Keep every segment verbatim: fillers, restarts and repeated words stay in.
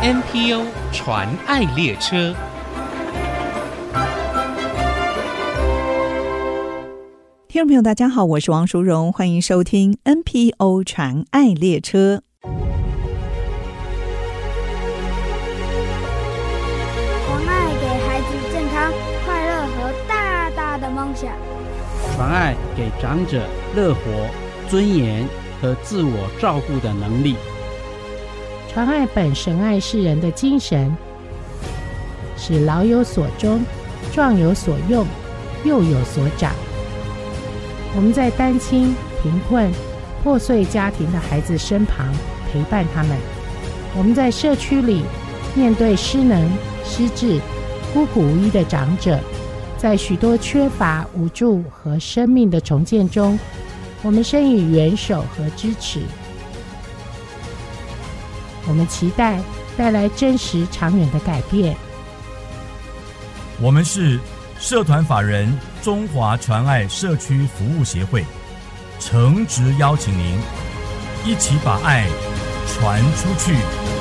N P O 传爱列车。 听众朋友大家好，我是王淑荣，欢迎收听 N P O 传爱列车。 传爱给孩子健康、快乐和大大的梦想。 传爱给长者乐活、尊严和自我照顾的能力。 传爱本神爱世人的精神，使老有所终，壮有所用，幼有所长。我们在单亲、贫困、破碎家庭的孩子身旁陪伴他们。我们在社区里面对失能、失智、孤苦无依的长者，在许多缺乏、无助和生命的重建中，我们伸予援手和支持。我们期待带来真实长远的改变。 我们是社团法人中华传爱社区服务协会，诚挚邀请您一起把爱传出去。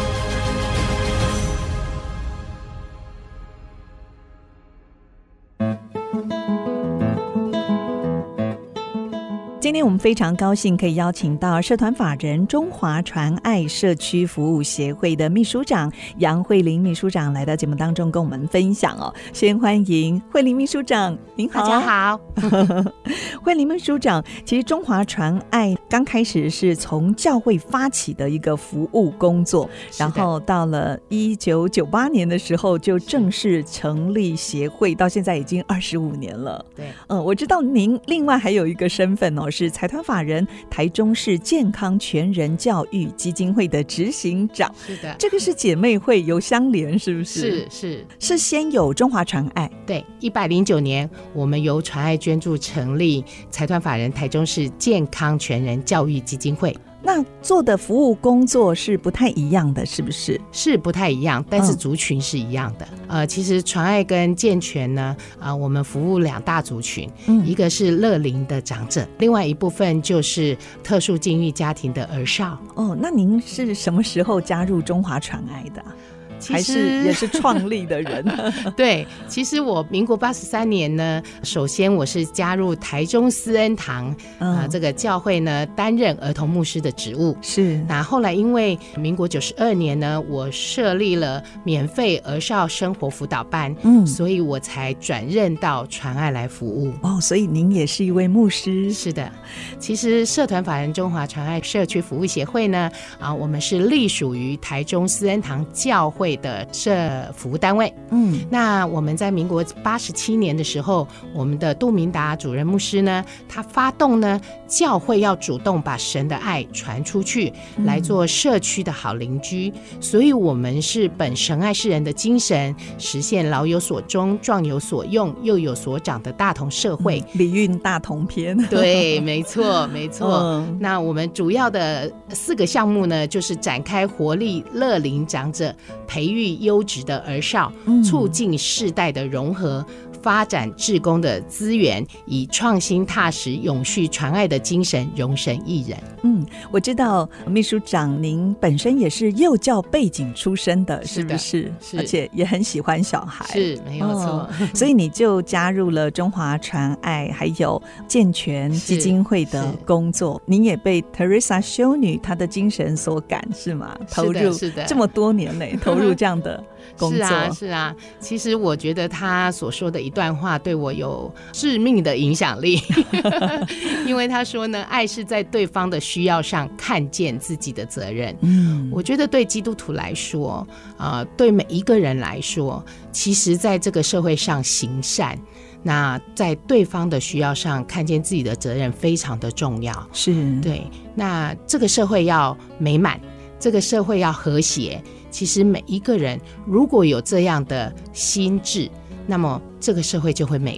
今天我们非常高兴可以邀请到社团法人中华传爱社区服务协会的秘书长杨慧玲秘书长来到节目当中跟我们分享哦。先欢迎慧玲秘书长，您好。 大家好。 慧玲秘书长，其实中华传爱刚开始是从教会发起的一个服务工作，然后到了一九九八年的时候就正式成立协会，到现在已经二十五年了。 对， 嗯，我知道您另外还有一个身份哦，是财团法人台中市健康全人教育基金会的执行长。 是的， 这个是姐妹会有相连，是不是？ 是是是先有中华传爱。 对，一百零九年我们由传爱捐助成立财团法人台中市健康全人教育基金会。 那做的服务工作是不太一样的，是不是？ 是不太一样，但是族群是一样的。嗯、呃，其实传爱跟健全呢，啊、呃，我们服务两大族群，嗯，一个是乐龄的长者，另外一部分就是特殊境遇家庭的儿少。 哦，那您是什么时候加入中华传爱的？还是也是创立的人？ 对，其实我民国八十三年呢，首先我是加入台中思恩堂啊、嗯呃、这个教会呢，担任儿童牧师的职务。 是。 那后来因为民国九十二年呢，我设立了免费儿少生活辅导班，嗯，所以我才转任到传爱来服务。 哦，所以您也是一位牧师？ 是的。其实社团法人中华传爱社区服务协会呢，啊，我们是隶属于台中思恩堂教会的社服务单位。嗯，那我们在民国八十七年的时候，我们的杜明达主任牧师呢，他发动呢教会要主动把神的爱传出去，嗯、来做社区的好邻居。所以我们是本神爱世人的精神，实现老有所终、壮有所用、幼有所长的大同社会。 嗯、礼运大同篇。 对，没错没错、嗯、那我们主要的四个项目呢，就是展开活力乐龄长者，培育优质的儿少，促进世代的融合，发展志工的资源，以创新踏实永续传爱的精神容神一人。 嗯，我知道秘书长您本身也是幼教背景出身的，是不是？是，而且也很喜欢小孩。 是，没有错、哦、 所以你就加入了中华传爱还有健全基金会的工作。您也被 Teresa 修女她的精神所感，是吗？投入是的， 这么多年内投入这样的工作。 是啊是啊，其实我觉得他所说的一段话对我有致命的影响力因为他说呢，爱是在对方的需要上看见自己的责任。嗯，我觉得对基督徒来说、呃、对每一个人来说，其实在这个社会上行善，那在对方的需要上看见自己的责任非常的重要。 是， 对，那这个社会要美满，这个社会要和谐，其实每一个人如果有这样的心智，那么这个社会就会美丽。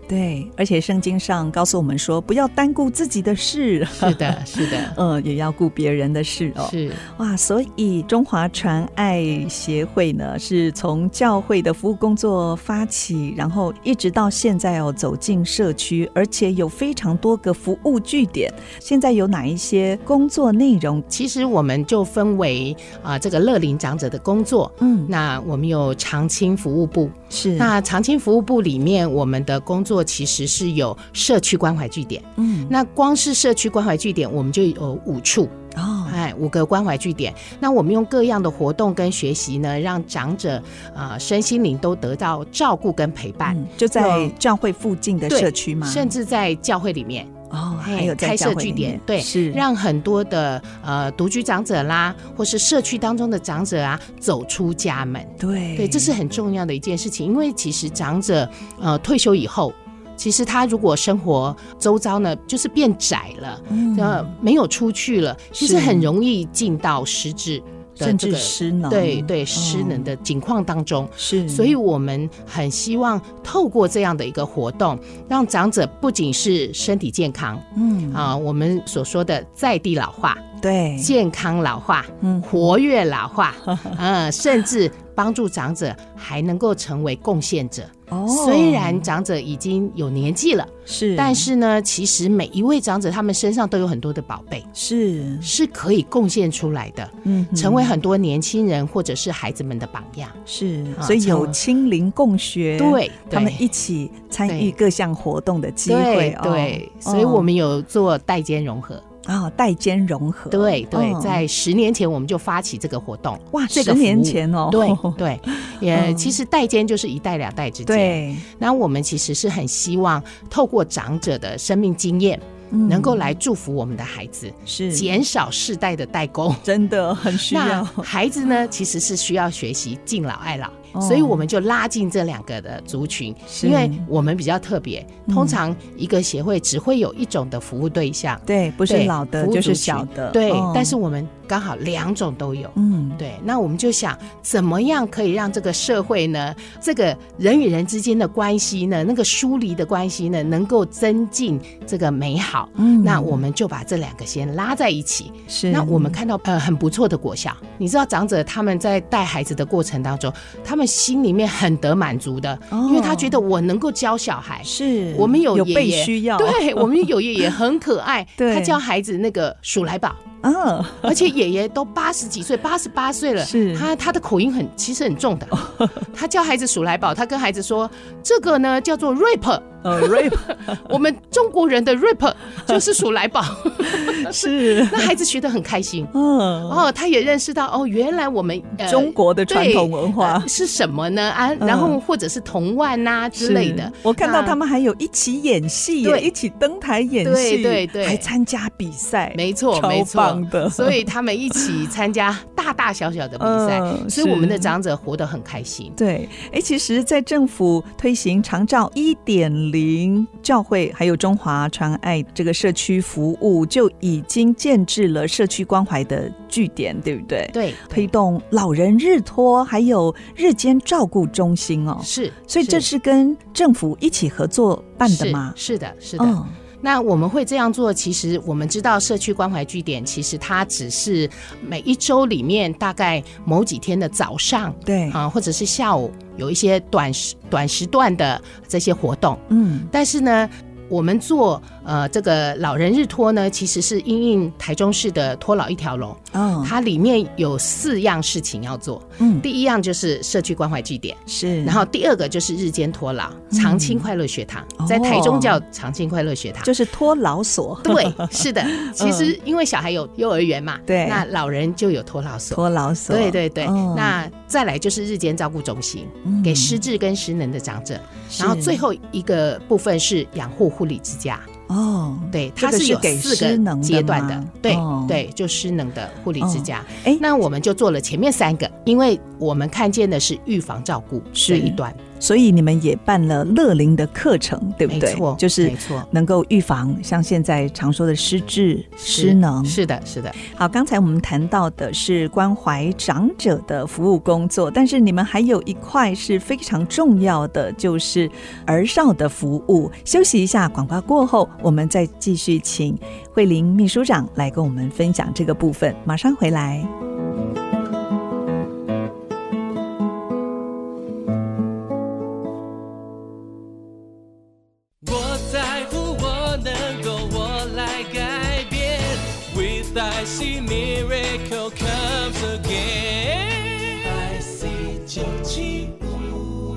对，而且圣经上告诉我们说，不要单顾自己的事， 是的，是的， 嗯，也要顾别人的事哦。 是哇，所以中华传爱协会呢，是从教会的服务工作发起，然后一直到现在哦，走进社区，而且有非常多个服务据点。现在有哪一些工作内容？ 其实我们就分为啊、呃、这个乐龄长者的工作， 嗯， 那我们有长青服务部， 是那长青服务部里面，我们的工作其实是有社区关怀据点，嗯，那光是社区关怀据点，我们就有五处。哦，哎，五个关怀据点，那我们用各样的活动跟学习呢，让长者呃身心灵都得到照顾跟陪伴，嗯、 就在教会附近的社区吗？ 甚至在教会里面。 哦，还有在开设据点，对， 是让很多的呃独居长者啦，或是社区当中的长者啊，走出家门。 对对，这是很重要的一件事情，因为其实长者呃退休以后。其实他如果生活周遭呢，就是变窄了，嗯，没有出去了，其实很容易进到失智。 甚至失能， 对对，失能的情况当中， 是、哦， 所以我们很希望透过这样的一个活动，让长者不仅是身体健康，嗯啊、呃，我们所说的在地老化， 对， 健康老化，嗯，活跃老化，呃，甚至帮助长者还能够成为贡献者。哦，虽然长者已经有年纪了， 是， 但是呢，其实每一位长者他们身上都有很多的宝贝， 是是可以贡献出来的，嗯，成为很多年轻人或者是孩子们的榜样。 是，所以有亲邻共学， 对， 他们一起参与各项活动的机会， 对，对哦、所以我们有做代间融合。 哦，代间融合， 对对、 哦， 在十年前我们就发起这个活动。 哇， 这个十年前哦， 对对，也、嗯、其实代间就是一代两代之间。 对， 那我们其实是很希望透过长者的生命经验。能够来祝福我们的孩子，是减少世代的代沟， 真的很需要。 那孩子呢，其实是需要学习敬老爱老。哦、所以我们就拉近这两个的族群，因为我们比较特别，通常一个协会只会有一种的服务对象， 嗯、对，不是老的就是小的， 对、 哦。 但是我们刚好两种都有，嗯，对。那我们就想，怎么样可以让这个社会呢，这个人与人之间的关系呢，那个疏离的关系呢，能够增进这个美好。嗯，那我们就把这两个先拉在一起。 是， 那我们看到呃很不错的果效。你知道，长者他们在带孩子的过程当中，他们心里面很得满足的，哦、因为他觉得我能够教小孩。 是， 我们有爷爷有被需要， 对，我们有爷爷很可爱，他教孩子那个数来宝。嗯，而且爷爷都八十几岁，八十八岁了，是他他的口音很其实很重的。他教孩子数来宝，他跟孩子说，这个呢叫做 rap， 呃 rap， 我们中国人的 rap 就是数来宝， 是。 那孩子学得很开心，嗯，哦，他也认识到哦，原来我们、 呃、中国的传统文化、 呃、是什么呢？啊，然后或者是童玩呐、啊、之类的。 我看到他们还有一起演戏，对，一起登台演戏， 对对对， 还参加比赛， 没错没错。所以他们一起参加大大小小的比赛、嗯，所以我们的长者活得很开心。 对，哎，其实，在政府推行长照 一点零 教会还有中华传爱这个社区服务，就已经建制了社区关怀的据点，对不对？ 对， 推动老人日托，还有日间照顾中心哦。 是， 所以这是跟政府一起合作办的吗？ 是, 是的，是的。嗯，那我们会这样做，其实我们知道社区关怀据点其实它只是每一周里面大概某几天的早上， 对啊，或者是下午有一些短时短时段的这些活动，嗯，但是呢我们做呃这个老人日托呢，其实是因应台中市的托老一条龙，哦，它里面有四样事情要做，嗯，第一样就是社区关怀据点， 是， 然后第二个就是日间托老，长青快乐学堂，嗯，在台中叫长青快乐学堂， 就是托老所， 对，是的，其实因为小孩有幼儿园嘛， 对， 那老人就有托老所， 托老所， 对对对，哦，那再来就是日间照顾中心，嗯，给失智跟失能的长者，然后最后一个部分是养护护理之家。哦，对，它是有四个阶段的，对，哦，对，就失能的护理之家。哎，哦，那我们就做了前面三个，因为我们看见的是预防照顾这一端。 所以你们也办了乐龄的课程，对不对？ 没错， 就是能够预防像现在常说的失智、失能。 是的，是的。 好，刚才我们谈到的是关怀长者的服务工作，但是你们还有一块是非常重要的，就是儿少的服务。休息一下，广告过后，我们再继续请慧玲秘书长来跟我们分享这个部分。马上回来。 I see miracle comes again. I see 九七五。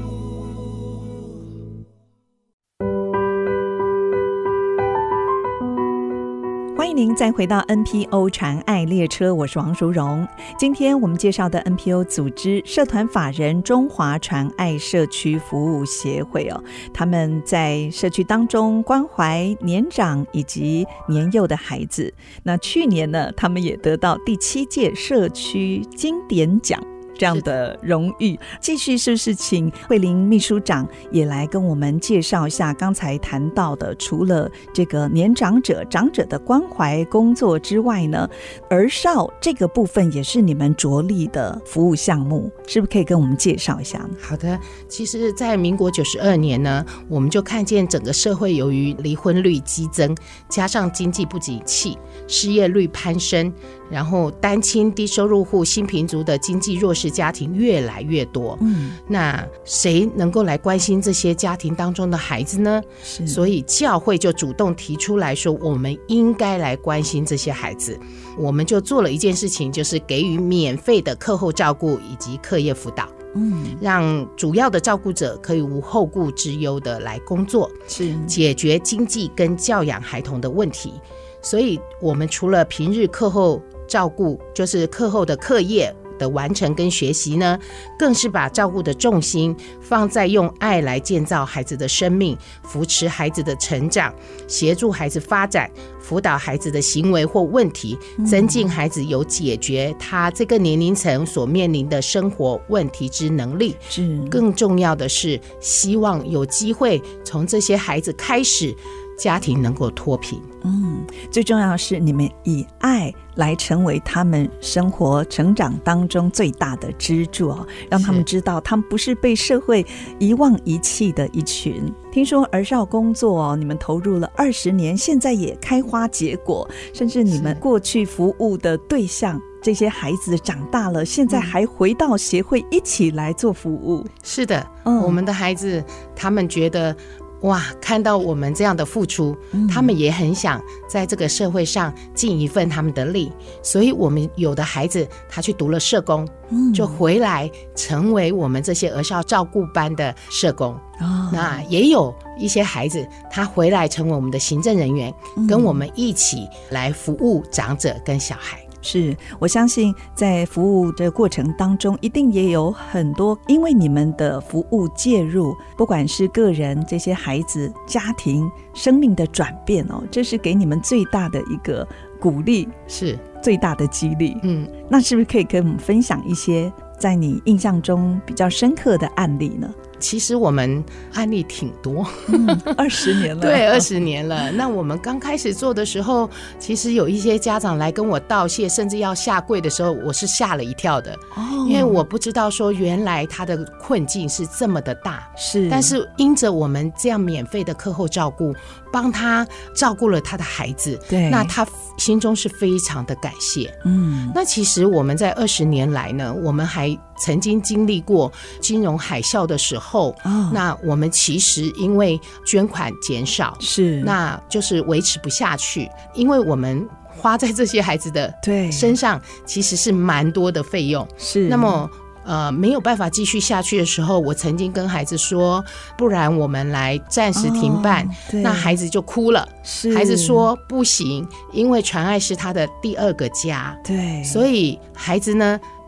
欢迎您再回到 N P O 传爱列车，我是王淑荣。今天我们介绍的 N P O 组织社团法人中华传爱社区服务协会哦，他们在社区当中关怀年长以及年幼的孩子。那去年呢，他们也得到第七届社区经典奖这样的荣誉。继续是不是请慧玲秘书长也来跟我们介绍一下刚才谈到的，除了这个年长者长者的关怀工作之外呢，儿少这个部分也是你们着力的服务项目，是不是可以跟我们介绍一下呢？ 好的，其实在民国九十二年呢，我们就看见整个社会由于离婚率激增，加上经济不景气，失业率攀升，然后单亲低收入户新贫族的经济弱势家庭越来越多，嗯，那谁能够来关心这些家庭当中的孩子呢？所以教会就主动提出来说，我们应该来关心这些孩子。我们就做了一件事情，就是给予免费的课后照顾以及课业辅导，嗯，让主要的照顾者可以无后顾之忧的来工作，是解决经济跟教养孩童的问题。所以我们除了平日课后照顾，就是课后的课业的完成跟学习呢，更是把照顾的重心放在用爱来建造孩子的生命，扶持孩子的成长，协助孩子发展，辅导孩子的行为或问题，增进孩子有解决他这个年龄层所面临的生活问题之能力。是，更重要的是希望有机会从这些孩子开始，家庭能够脱贫。 嗯，最重要的是你们以爱来成为他们生活成长当中最大的支柱哦，让他们知道他们不是被社会遗忘遗弃的一群。听说儿少工作哦，你们投入了二十年，现在也开花结果，甚至你们过去服务的对象这些孩子长大了，现在还回到协会一起来做服务。 是的，嗯，我们的孩子他们觉得哇，看到我们这样的付出，嗯，他们也很想在这个社会上尽一份他们的力，所以我们有的孩子他去读了社工，嗯，就回来成为我们这些儿少照顾班的社工，哦，那也有一些孩子他回来成为我们的行政人员，嗯，跟我们一起来服务长者跟小孩。 是，我相信在服务这个过程当中，一定也有很多因为你们的服务介入，不管是个人、这些孩子、家庭生命的转变哦，这是给你们最大的一个鼓励，是最大的激励。嗯，那是不是可以跟我们分享一些在你印象中比较深刻的案例呢？ 其实我们案例挺多， 二十、嗯、年了， 对，二十年了。那我们刚开始做的时候，其实有一些家长来跟我道谢，甚至要下跪的时候，我是吓了一跳的，哦，因为我不知道说原来他的困境是这么的大，是。但是因着我们这样免费的课后照顾，帮他照顾了他的孩子，对，那他心中是非常的感谢。嗯，那其实我们在二十年来呢，我们还曾经经历过金融海啸的时候，哦，那我们其实因为捐款减少，是，那就是维持不下去，因为我们花在这些孩子的身上其实是蛮多的费用，是。那么呃，没有办法继续下去的时候，我曾经跟孩子说，不然我们来暂时停办，哦，那孩子就哭了，孩子说不行，因为传爱是他的第二个家，对，所以孩子呢就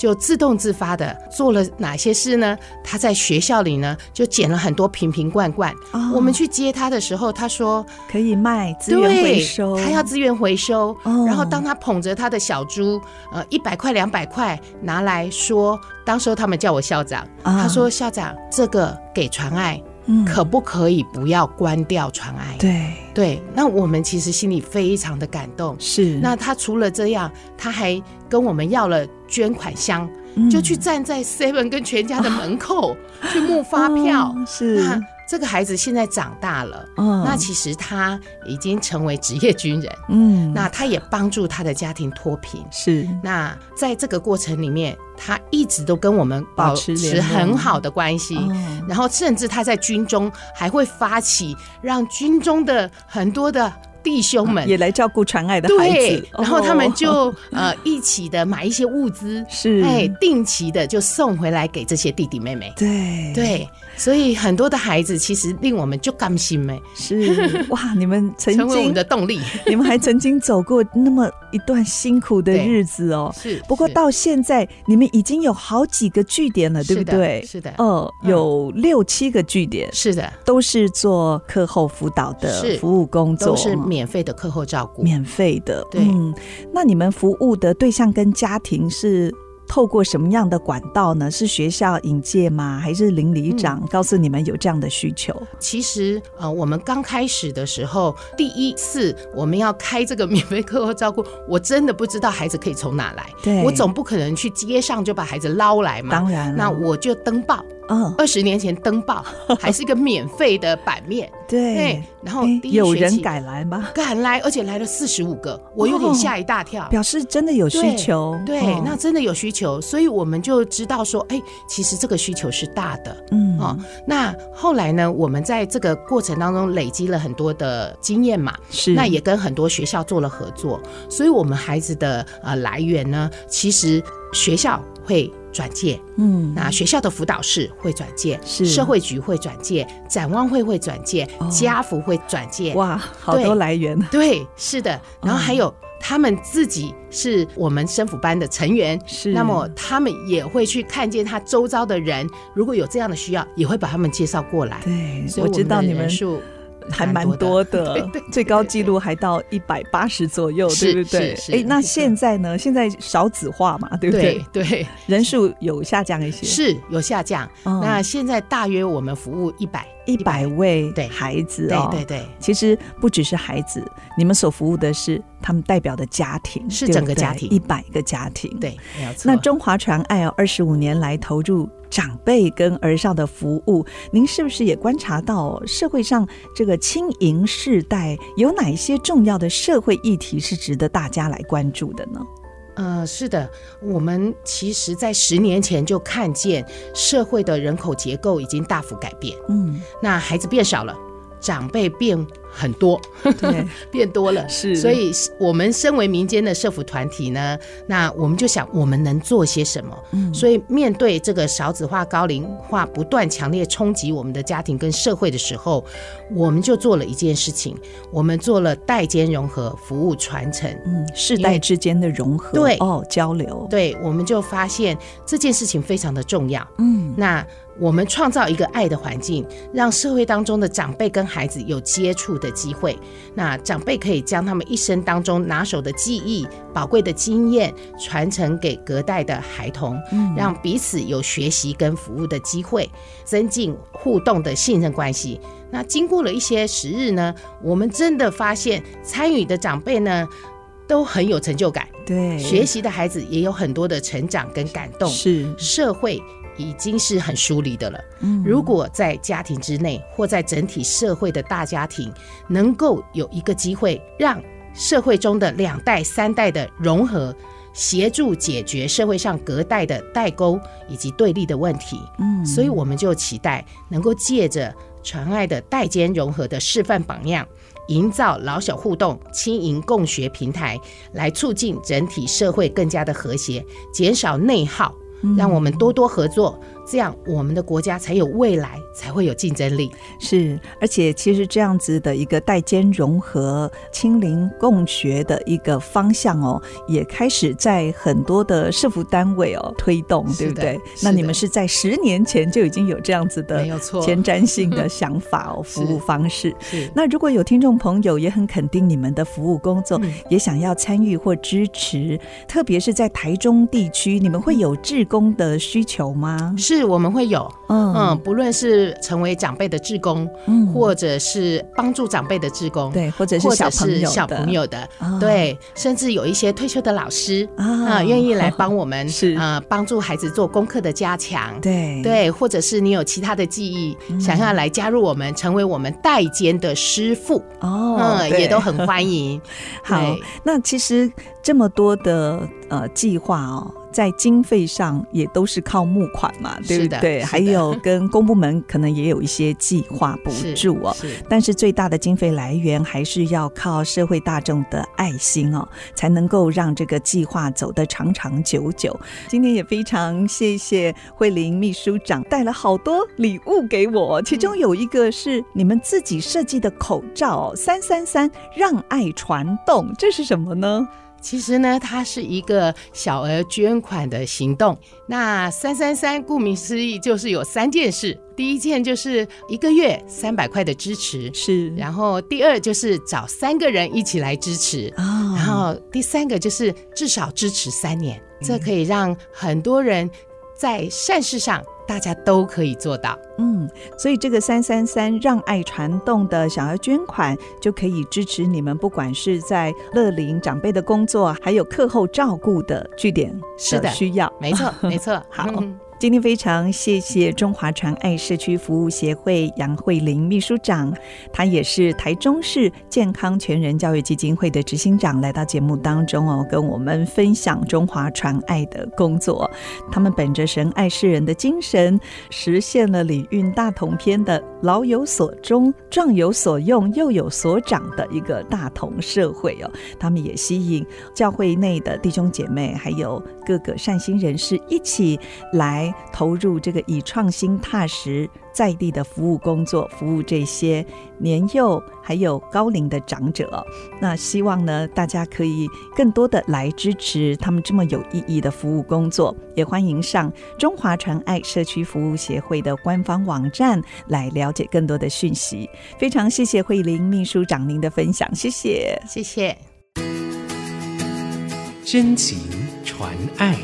就自动自发的做了哪些事呢？他在学校里呢就捡了很多瓶瓶罐罐、哦、我们去接他的时候他说可以卖资源回收， 他要资源回收、 哦、 然后当他捧着他的小猪呃，一百块两百块拿来说，当时候他们叫我校长、啊、他说校长这个给传爱、嗯、可不可以不要关掉传爱？ 对对，那我们其实心里非常的感动。 是， 那他除了这样他还跟我们要了捐款箱、嗯、就去站在 seven 跟全家的门口、哦、去募发票、 哦、是。 那这个孩子现在长大了、哦、那其实他已经成为职业军人，嗯，那他也帮助他的家庭脱贫。 是， 那在这个过程里面他一直都跟我们保持很好的关系、哦、然后甚至他在军中还会发起让军中的很多的弟兄们也来照顾传爱的孩子， 对，然后他们就、哦、呃一起的买一些物资， 是， 哎，定期的就送回来给这些弟弟妹妹。 对对， 所以很多的孩子其实令我们就甘心哎， 是哇，你们曾经成为我们的动力， 你们还曾经走过那么一段辛苦的日子哦。 是， 不过到现在你们已经有好几个据点了，对不对？ 是的， 哦、呃，有六七个据点， 是的， 都是做课后辅导的服务工作， 都是免费的课后照顾， 免费的。 对、 嗯，那你们服务的对象跟家庭是透过什么样的管道呢？是学校引介吗？还是邻里长告诉你们有这样的需求？ 嗯、其实呃，我们刚开始的时候，第一次我们要开这个免费课后照顾，我真的不知道孩子可以从哪来。 对， 我总不可能去街上就把孩子捞来嘛。 当然了， 那我就登报。嗯，二十年前登报还是一个免费的版面， 对， 然后第一学期有人赶来吗？ 赶来，而且来了四十五个，我有点吓一大跳， 哦、表示真的有需求， 对，对、哦，那真的有需求，所以我们就知道说，哎，其实这个需求是大的，嗯，哦，那后来呢，我们在这个过程当中累积了很多的经验嘛， 是， 那也跟很多学校做了合作，所以我们孩子的呃来源呢，其实学校会转介，嗯，那学校的辅导室会转介， 是社会局会转介，展望会会转介，哦、家福会转介， 哇，好多来源， 对，是的，然后还有、嗯、他们自己是我们生辅班的成员， 是， 那么他们也会去看见他周遭的人，如果有这样的需要，也会把他们介绍过来。 对， 所以我知道你们数。 还蛮多的，对对对对，最高纪录还到一百八十左右，对不对？哎，那现在呢？现在少子化嘛，对不对？ 对对， 人数有下降一些， 是有下降。哦、那现在大约我们服务一百一百位孩子哦， 对对对。 其实不只是孩子，你们所服务的是他们代表的家庭， 是整个家庭， 一百个家庭， 对，没有错。 那中华传爱哦，二十五年来投入长辈跟儿少的服务，您是不是也观察到社会上这个青银世代有哪一些重要的社会议题是值得大家来关注的呢？ 呃，是的，我们其实在十年前就看见社会的人口结构已经大幅改变，嗯，那孩子变少了，长辈变很多，对，变多了， 是， 所以我们身为民间的社福团体呢，那我们就想我们能做些什么，嗯，所以面对这个少子化高龄化不断强烈冲击我们的家庭跟社会的时候，我们就做了一件事情，我们做了代间融合服务传承， 嗯，世代之间的融合， 对， 哦，交流， 对，我们就发现这件事情非常的重要，嗯，那我们创造一个爱的环境，让社会当中的长辈跟孩子有接触的机会，那长辈可以将他们一生当中拿手的记忆、宝贵的经验传承给隔代的孩童，嗯，让彼此有学习跟服务的机会，增进互动的信任关系。那经过了一些时日呢，我们真的发现参与的长辈呢都很有成就感， 对， 学习的孩子也有很多的成长跟感动， 是， 社会已经是很疏离的了，嗯，如果在家庭之内或在整体社会的大家庭能够有一个机会让社会中的两代三代的融合，协助解决社会上隔代的代沟以及对立的问题，嗯，所以我们就期待能够借着传爱的代间融合的示范榜样，营造老小互动青银共学平台，来促进整体社会更加的和谐，减少内耗，让我们多多合作，这样我们的国家才有未来才会有竞争力。 是，而且其实这样子的一个代间融合、亲邻共学的一个方向哦，也开始在很多的社福单位哦推动，对不对？那你们是在十年前就已经有这样子的前瞻性的想法哦，服务方式。那如果有听众朋友也很肯定你们的服务工作，嗯、也想要参与或支持，特别是在台中地区，你们会有志工的需求吗？ 是，我们会有，嗯嗯，不论是成为长辈的志工，嗯，或者是帮助长辈的志工， 对，或者是小朋友的， 小朋友的，哦、对，甚至有一些退休的老师啊，愿、哦呃、意来帮我们，是呃，帮助孩子做功课的加强， 对对，或者是你有其他的技艺，嗯、想要来加入我们，成为我们代间的师傅，哦，嗯，也都很欢迎。 好，那其实这么多的呃计划哦。在经费上也都是靠募款嘛，对不对？还有跟公部门可能也有一些计划补助哦，是是，但是最大的经费来源还是要靠社会大众的爱心哦，才能够让这个计划走得长长久久。今天也非常谢谢慧玲秘书长带了好多礼物给我，其中有一个是你们自己设计的口罩哦，三三三让爱传动，这是什么呢？ 其实呢，它是一个小额捐款的行动。那三三三顾名思义就是有三件事，第一件就是一个月三百块的支持， 是。 然后第二就是找三个人一起来支持，哦、然后第三个就是至少支持三年，嗯、这可以让很多人在善事上大家都可以做到。 嗯，所以这个三三三让爱传动的小额捐款就可以支持你们，不管是在乐龄长辈的工作，还有课后照顾的据点的需要。 没错没错。 好、嗯，今天非常谢谢中华传爱社区服务协会杨慧玲秘书长，她也是台中市健康全人教育基金会的执行长，来到节目当中哦，跟我们分享中华传爱的工作。他们本着神爱世人的精神，实现了礼运大同篇的老有所终、壮有所用、幼有所长的一个大同社会哦。他们也吸引教会内的弟兄姐妹，还有各个善心人士一起来投入这个以创新踏实在地的服务工作，服务这些年幼还有高龄的长者、哦、那希望呢大家可以更多的来支持他们这么有意义的服务工作，也欢迎上中华传爱社区服务协会的官方网站来了解更多的讯息。非常谢谢慧玲秘书长您的分享，谢谢谢谢。 真情传爱，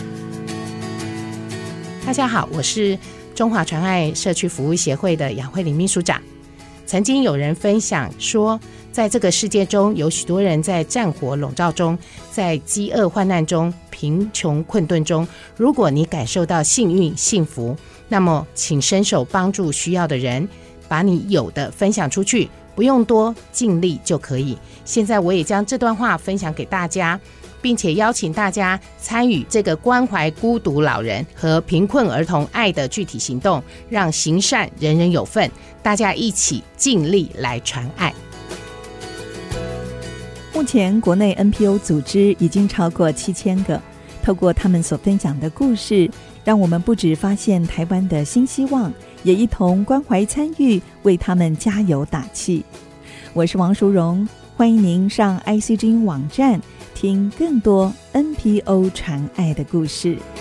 大家好，我是中华传爱社区服务协会的杨慧玲秘书长。曾经有人分享说，在这个世界中有许多人在战火笼罩中，在饥饿患难中，贫穷困顿中，如果你感受到幸运幸福，那么请伸手帮助需要的人，把你有的分享出去，不用多，尽力就可以。现在我也将这段话分享给大家，并且邀请大家参与这个关怀孤独老人和贫困儿童爱的具体行动，让行善人人有份，大家一起尽力来传爱。 目前国内 N P O 组织已经超过七千个，透过他们所分享的故事，让我们不只发现台湾的新希望，也一同关怀参与，为他们加油打气。我是王淑荣，欢迎您上 I C 之音网站听更多 N P O 传爱的故事。